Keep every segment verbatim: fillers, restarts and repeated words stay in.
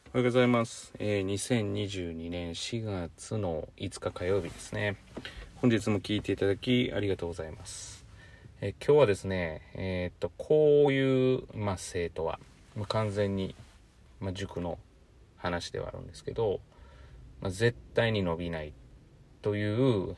おはようございます、えー、にせんにじゅうにねんしがつのいつか火曜日ですね。本日も聞いていただきありがとうございます。えー、今日はですねえー、っとこういう、まあ、生徒は、まあ、完全に、まあ、塾の話ではあるんですけど、まあ、絶対に伸びないという、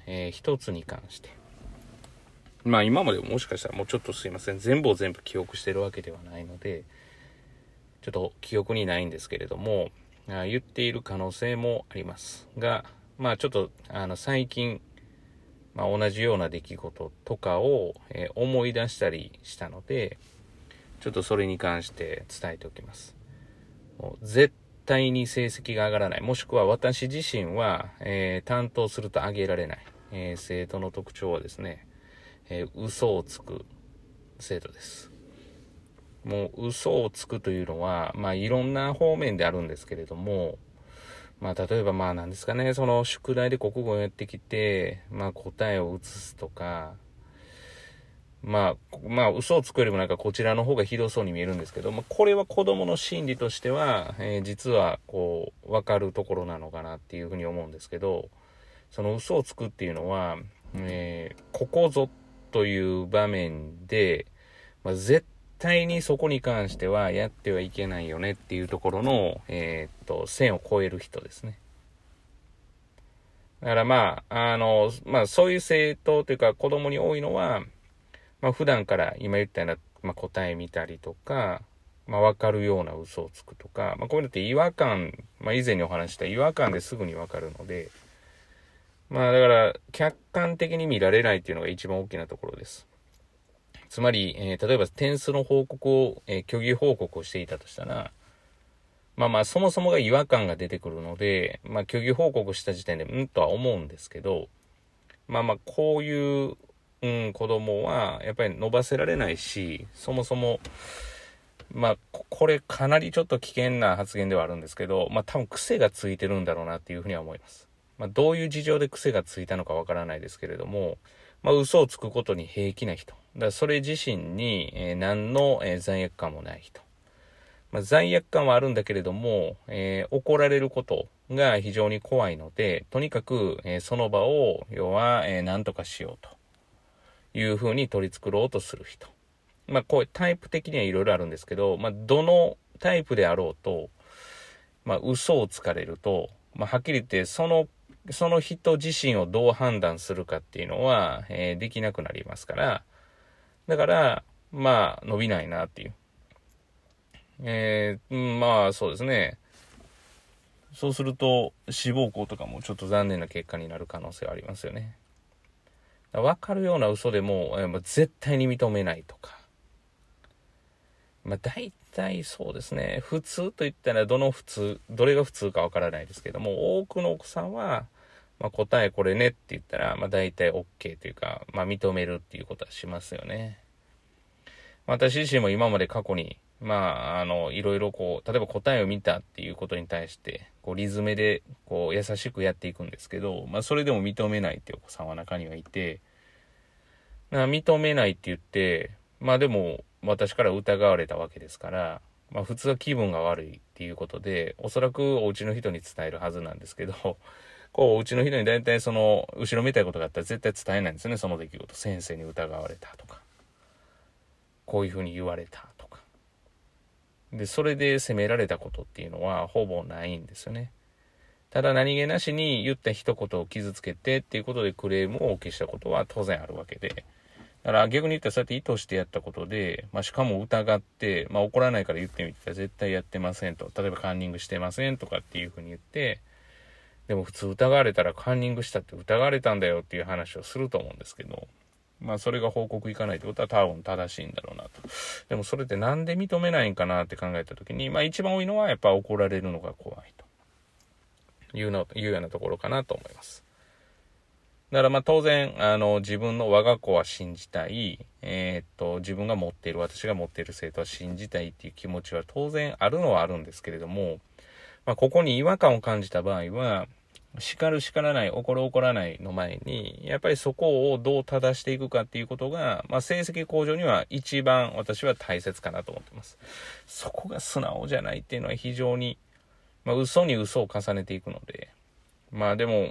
えー、一つに関して、まあ今までももしかしたらもうちょっとすいません全部を全部記憶してるわけではないのでちょっと記憶にないんですけれども、言っている可能性もありますが、まあちょっとあの最近、まあ、同じような出来事とかを、えー、思い出したりしたので、ちょっとそれに関して伝えておきます。もう絶対に成績が上がらない、もしくは私自身は、えー、担当すると上げられない、えー、生徒の特徴はですね、えー、嘘をつく生徒です。もう嘘をつくというのは、まあいろんな方面であるんですけれども、まあ例えばまあ何ですかね、その宿題で国語をやってきて、まあ答えを写すとか、まあ、まあ嘘をつくよりもなんかこちらの方がひどそうに見えるんですけど、まあこれは子供の心理としては、えー、実はこう分かるところなのかなっていうふうに思うんですけど、その嘘をつくっていうのは、えー、ここぞという場面で、まあ、絶対にそこに関してはやってはいけないよねっていうところの、えー、っと線を越える人ですね。だからまああのまあそういう生徒というか子供に多いのは、まあ、普段から今言ったような、まあ、答え見たりとか、まあ、分かるような嘘をつくとか、まあ、こういうのって違和感、まあ、以前にお話した違和感ですぐに分かるので、まあだから客観的に見られないっていうのが一番大きなところです。つまり、えー、例えば点数の報告を、えー、虚偽報告をしていたとしたら、まあまあそもそもが違和感が出てくるので、まあ虚偽報告した時点でうんとは思うんですけど、まあまあこういう、うん、子供はやっぱり伸ばせられないし、そもそもまあこれかなりちょっと危険な発言ではあるんですけど、まあ多分癖がついてるんだろうなっていうふうには思います。まあどういう事情で癖がついたのかわからないですけれども、まあ嘘をつくことに平気な人。だからそれ自身に、えー、何の、えー、罪悪感もない人。まあ、罪悪感はあるんだけれども、えー、怒られることが非常に怖いので、とにかく、えー、その場を、要は、えー、何とかしようというふうに取り繕おうとする人。まあ、こうタイプ的にはいろいろあるんですけど、まあ、どのタイプであろうと、まあ、嘘をつかれると、まあ、はっきり言って、そのその人自身をどう判断するかっていうのは、えー、できなくなりますから、だから、まあ、伸びないなっていう。えー、まあ、そうですね。そうすると、志望校とかもちょっと残念な結果になる可能性はありますよね。わかるような嘘でも、えーまあ、絶対に認めないとか。まあ、大体そうですね。普通と言ったら、どの普通、どれが普通かわからないですけども、多くのお子さんは、まあ、答えこれねって言ったら、まあ、大体 OK というか、まあ、認めるっていうことはしますよね。私自身も今まで過去に、まあ、あの、いろいろこう、例えば答えを見たっていうことに対して、こう、リズムで、こう、優しくやっていくんですけど、まあ、それでも認めないっていうお子さんは中にはいて、認めないって言って、まあでも、私から疑われたわけですから、まあ普通は気分が悪いっていうことで、おそらくお家の人に伝えるはずなんですけど、こう、お家の人に大体その、後ろめたいことがあったら絶対伝えないんですよね、その出来事。先生に疑われたとか、こういうふうに言われたとか。で、それで責められたことっていうのはほぼないんですよね。ただ何気なしに言った一言を傷つけてっていうことでクレームをお受けしたことは当然あるわけで、だから逆に言ったらそうやって意図してやったことで、まあ、しかも疑って、まあ、怒らないから言ってみてたら絶対やってませんと。例えばカンニングしてませんとかっていうふうに言って、でも普通疑われたらカンニングしたって疑われたんだよっていう話をすると思うんですけど、まあそれが報告いかないってことは多分正しいんだろうなと。でもそれってなんで認めないんかなって考えたときに、まあ一番多いのはやっぱ怒られるのが怖いというの、いうようなところかなと思います。だからまあ当然、あの、自分の我が子は信じたい、えー、っと、自分が持っている、私が持っている生徒は信じたいっていう気持ちは当然あるのはあるんですけれども、まあここに違和感を感じた場合は、叱る叱らない、怒る怒らないの前に、やっぱりそこをどう正していくかっていうことが、まあ成績向上には一番私は大切かなと思ってます。そこが素直じゃないっていうのは非常に、 まあ、嘘に嘘を重ねていくので、まあでも、うん、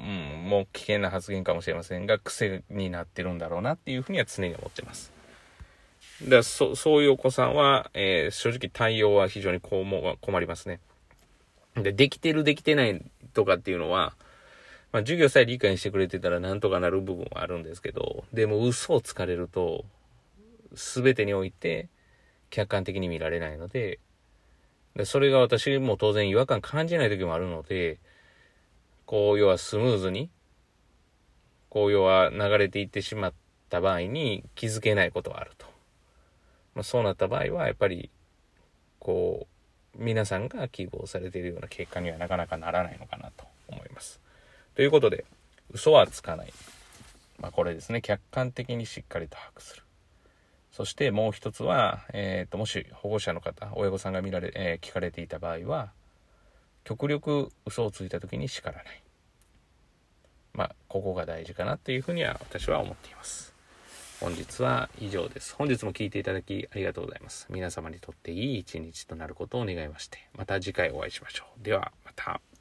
もう危険な発言かもしれませんが、癖になってるんだろうなっていうふうには常に思ってます。だからそそういうお子さんは、えー、正直対応は非常にこうも困りますね。で、できてるできてないとかっていうのは、まあ、授業さえ理解してくれてたらなんとかなる部分はあるんですけど、でも嘘をつかれると、全てにおいて客観的に見られないので、でそれが私も当然違和感感じない時もあるので、こう要はスムーズに、こう要は流れていってしまった場合に気づけないことがあると。まあ、そうなった場合はやっぱりこう皆さんが希望されているような結果にはなかなかならないのかなと思います。ということで、嘘はつかない。まあこれですね、客観的にしっかりと把握する。そしてもう一つは、えっと、もし保護者の方、親御さんが見られ、えー、聞かれていた場合は、極力嘘をついた時に叱らない。まあここが大事かなというふうには私は思っています。本日は以上です。本日も聞いていただきありがとうございます。皆様にとっていい一日となることを願いまして、また次回お会いしましょう。ではまた。